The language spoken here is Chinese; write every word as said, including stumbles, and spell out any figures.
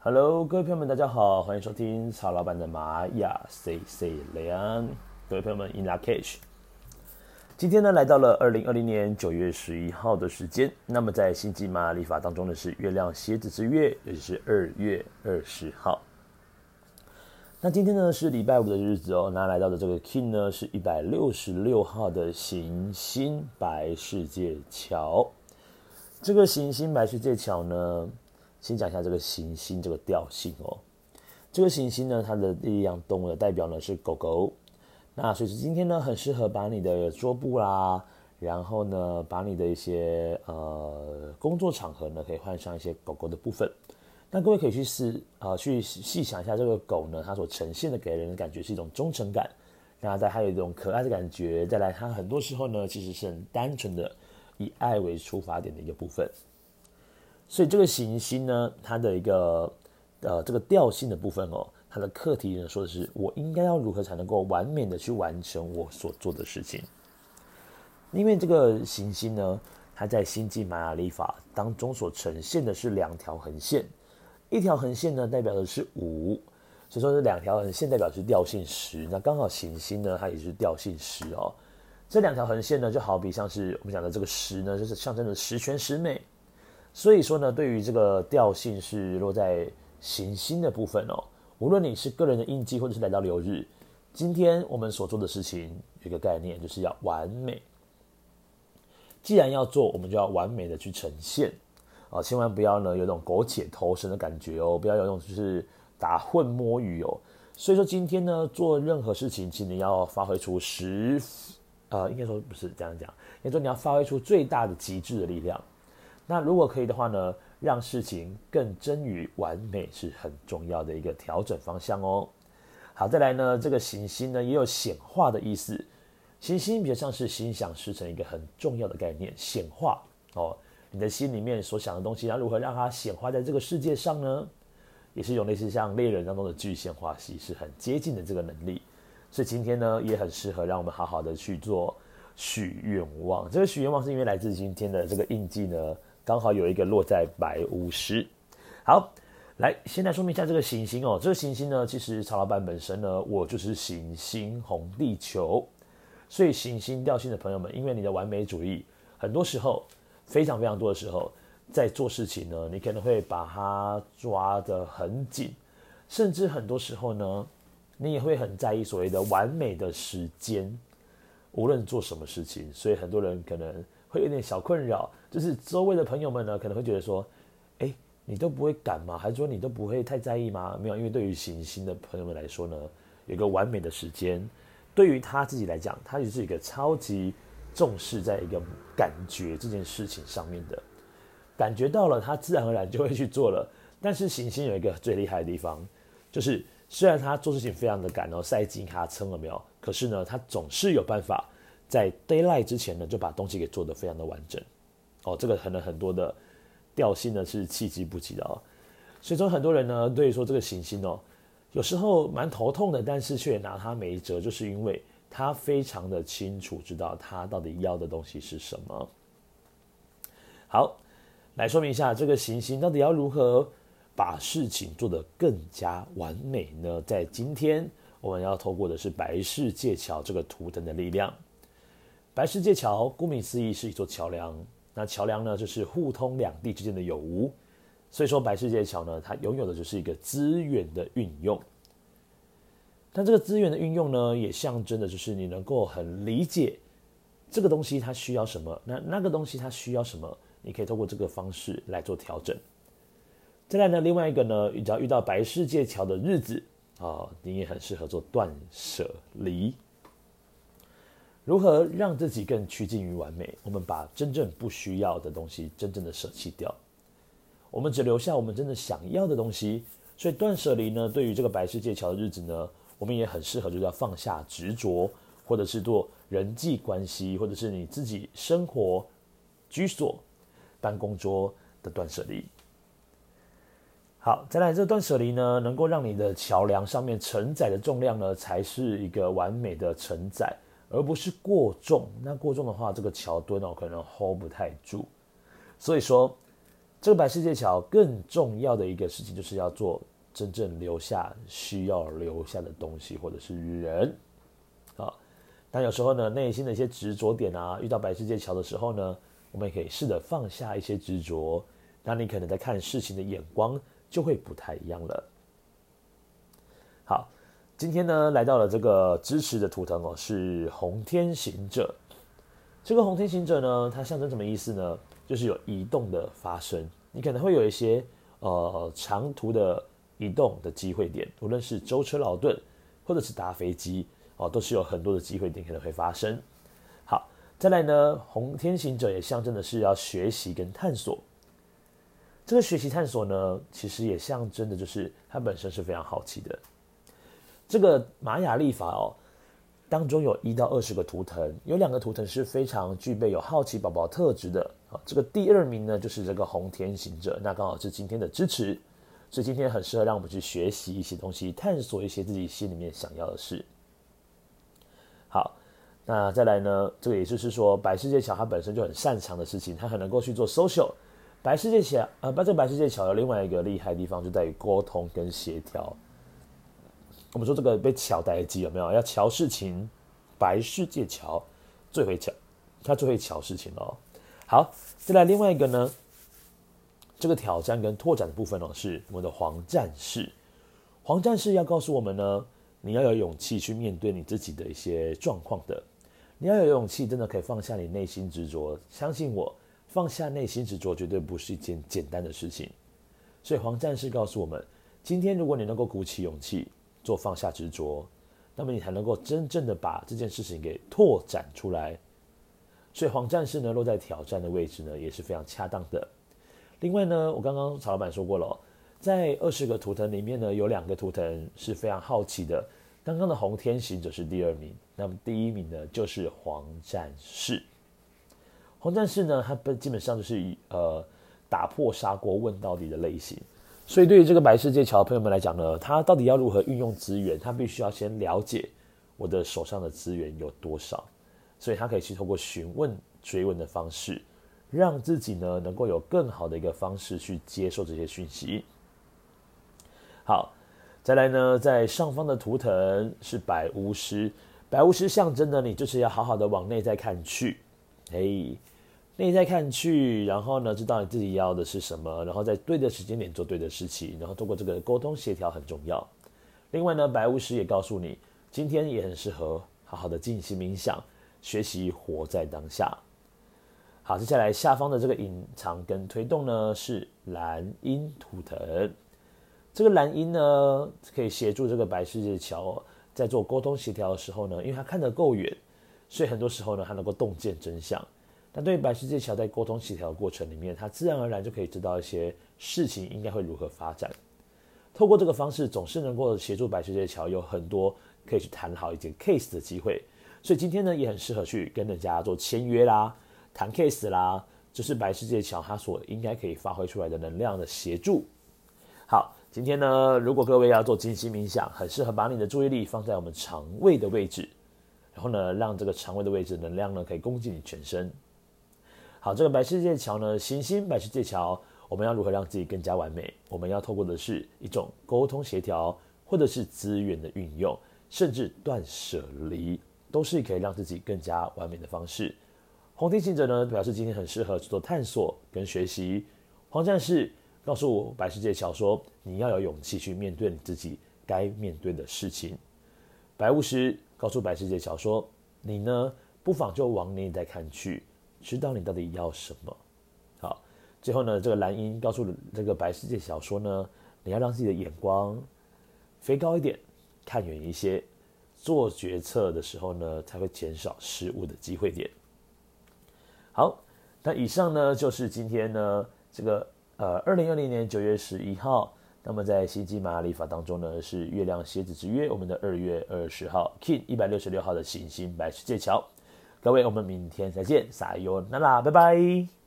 Hello，各位朋友们，大家好，欢迎收听曹老板的玛雅 C C 雷安。各位朋友们 ，In Lak'ech。今天呢，来到了二零二零年九月十一号的时间。那么在星际玛雅历法当中呢，是月亮蝎子之月，也就是二月二十号。那今天呢是礼拜五的日子哦。那来到的这个 King 呢是一百六十六号的行星白世界桥。这个行星白世界桥呢，先讲一下这个行星这个调性哦。这个行星呢，它的力量动物的代表呢是狗狗。那所以今天呢，很适合把你的桌布啦，然后呢，把你的一些呃工作场合呢，可以换上一些狗狗的部分。那各位可以去试呃去细想一下这个狗呢，它所呈现的给人的感觉是一种忠诚感，然后再还有一种可爱的感觉。再来，它很多时候呢，其实是很单纯的以爱为出发点的一个部分。所以这个行星呢，它的一个呃这个调性的部分哦，它的课题呢说的是我应该要如何才能够完美的去完成我所做的事情。因为这个行星呢，它在星际玛雅历法当中所呈现的是两条横线，一条横线呢代表的是五，所以说这两条横线代表是调性十。那刚好行星呢，它也是调性十哦。这两条横线呢，就好比像是我们讲的这个十呢，就是象征的十全十美。所以说呢，对于这个调性是落在行星的部分哦，无论你是个人的印记或者是来到流日，今天我们所做的事情有一个概念，就是要完美。既然要做，我们就要完美的去呈现啊，千万不要呢有种苟且偷生的感觉哦，不要有种就是打混摸鱼哦。所以说今天呢，做任何事情，其实你要发挥出十，呃，应该说不是这样讲，应该说你要发挥出最大的极致的力量。那如果可以的话呢，让事情更臻于完美是很重要的一个调整方向哦。好，再来呢，这个行星呢也有显化的意思。行星比较像是心想事成一个很重要的概念，显化哦，你的心里面所想的东西，要如何让它显化在这个世界上呢？也是有类似像猎人当中的具现化系是很接近的这个能力。所以今天呢，也很适合让我们好好的去做许愿望。这个许愿望是因为来自今天的这个印记呢，刚好有一个落在白巫师。好，来先来说明一下这个行星哦。这个行星呢，其实曹老板本身呢，我就是行星红地球。所以行星调性的朋友们，因为你的完美主义，很多时候非常非常多的时候，在做事情呢，你可能会把它抓得很紧，甚至很多时候呢，你也会很在意所谓的完美的时间，无论做什么事情。所以很多人可能会有点小困扰，就是周围的朋友们呢，可能会觉得说，哎，你都不会赶吗？还是说你都不会太在意吗？没有，因为对于行星的朋友们来说呢，有一个完美的时间。对于他自己来讲，他就是一个超级重视在一个感觉这件事情上面的，感觉到了，他自然而然就会去做了。但是行星有一个最厉害的地方，就是虽然他做事情非常的赶哦，赛金卡撑了没有？可是呢，他总是有办法在 daylight 之前呢，就把东西给做得非常的完整。哦，这个可能很多的调性呢是气机不及的哦。所以说很多人呢，对于说这个行星哦，有时候蛮头痛的，但是却拿他没辙，就是因为他非常的清楚知道他到底要的东西是什么。好，来说明一下这个行星到底要如何把事情做得更加完美呢？在今天我们要透过的是白世界桥这个图腾的力量。白世界桥顾名思义是一座桥梁，那桥梁呢就是互通两地之间的有无。所以说白世界桥呢，它拥有的就是一个资源的运用。但这个资源的运用呢，也象征的就是你能够很理解这个东西它需要什么，那那个东西它需要什么，你可以透过这个方式来做调整。再来呢，另外一个呢，只要遇到白世界桥的日子啊，你也很适合做断舍离。如何让自己更趋近于完美？我们把真正不需要的东西真正的舍弃掉。我们只留下我们真的想要的东西，所以断舍离呢，对于这个白世界桥的日子呢，我们也很适合，就是要放下执着，或者是做人际关系，或者是你自己生活、居所、办公桌的断舍离。好，再来这断舍离呢，能够让你的桥梁上面承载的重量呢，才是一个完美的承载，而不是过重。那过重的话，这个桥墩哦，可能 hold 不太住。所以说， 这个白世界桥更重要的一个事情，就是要做真正留下需要留下的东西或者是人。好，但有时候呢，内心的一些执着点啊，遇到白世界桥的时候呢，我们也可以试着放下一些执着，那你可能在看事情的眼光就会不太一样了。好，今天呢来到了这个支持的图腾哦，是红天行者。这个红天行者呢，它象征什么意思呢？就是有移动的发生，你可能会有一些呃长途的移动的机会点，无论是舟车劳顿或者是搭飞机哦，都是有很多的机会点可能会发生。好，再来呢，红天行者也象征的是要学习跟探索。这个学习探索呢，其实也象征的就是它本身是非常好奇的。这个玛雅历法哦，当中有一到二十个图腾，有两个图腾是非常具备有好奇宝宝特质的。这个第二名呢，就是这个红天行者，那刚好是今天的支持，所以今天很适合让我们去学习一些东西，探索一些自己心里面想要的事。好，那再来呢，这个也就是说，白世界桥它本身就很擅长的事情，它很能够去做 social。白世界桥，呃，这个白世界桥有另外一个厉害的地方，就在于沟通跟协调。我们说这个被桥代机有没有？要桥事情，白世界桥最会桥，他最会桥事情哦。好，再来另外一个呢，这个挑战跟拓展的部分哦，是我们的黄战士。黄战士要告诉我们呢，你要有勇气去面对你自己的一些状况的，你要有勇气，真的可以放下你内心执着。相信我，放下内心执着绝对不是一件简单的事情。所以黄战士告诉我们，今天如果你能够鼓起勇气，做放下执着，那么你才能够真正的把这件事情给拓展出来。所以黄战士呢，落在挑战的位置呢，也是非常恰当的。另外呢，我刚刚曹老板说过了，在二十个图腾里面呢，有两个图腾是非常好奇的。刚刚的红天行者是第二名，那么第一名呢就是黄战士。黄战士呢，他基本上就是以呃打破砂锅问到底的类型。所以对于这个白世界桥的朋友们来讲呢，他到底要如何运用资源，他必须要先了解我的手上的资源有多少。所以他可以去透过询问、追问的方式，让自己呢能够有更好的一个方式去接受这些讯息。好，再来呢，在上方的图腾是白巫师，白巫师象征的你就是要好好的往内在看去，嘿，内在看去，然后呢知道你自己要的是什么，然后在对的时间点做对的事情，然后通过这个沟通协调很重要。另外呢，白巫师也告诉你，今天也很适合好好的进行冥想。学习活在当下。好，接下来下方的这个隐藏跟推动呢，是蓝鹰图腾。这个蓝鹰呢，可以协助这个白世界桥在做沟通协调的时候呢，因为它看得够远，所以很多时候呢，它能够洞见真相。那对于白世界桥在沟通协调的过程里面，它自然而然就可以知道一些事情应该会如何发展。透过这个方式，总是能够协助白世界桥有很多可以去谈好一件 case 的机会。所以今天呢，也很适合去跟人家做签约啦、谈 case 啦，就是白世界桥它所应该可以发挥出来的能量的协助。好，今天呢，如果各位要做静心冥想，很适合把你的注意力放在我们肠胃的位置，然后呢，让这个肠胃的位置能量呢可以攻击你全身。好，这个白世界桥呢，行星白世界桥，我们要如何让自己更加完美？我们要透过的是一种沟通协调，或者是资源的运用，甚至断舍离。都是可以让自己更加完美的方式。红天行者呢，表示今天很适合做探索跟学习。黄战士告诉我白世界桥说，你要有勇气去面对你自己该面对的事情。白巫师告诉白世界桥说，你呢不妨就往内在看去，知道你到底要什么。好，最后呢，这个蓝鹰告诉这个白世界桥说呢，你要让自己的眼光飞高一点，看远一些。做决策的时候呢，才会减少失误的机会点。好，那以上呢就是今天呢这个呃二零二零年九月十一号，那么在星际玛雅历法当中呢是月亮蝎子之月，我们的二月二十号 Kin 一百六十六号的行星白世界桥。各位，我们明天再见，撒由那拉，拜拜。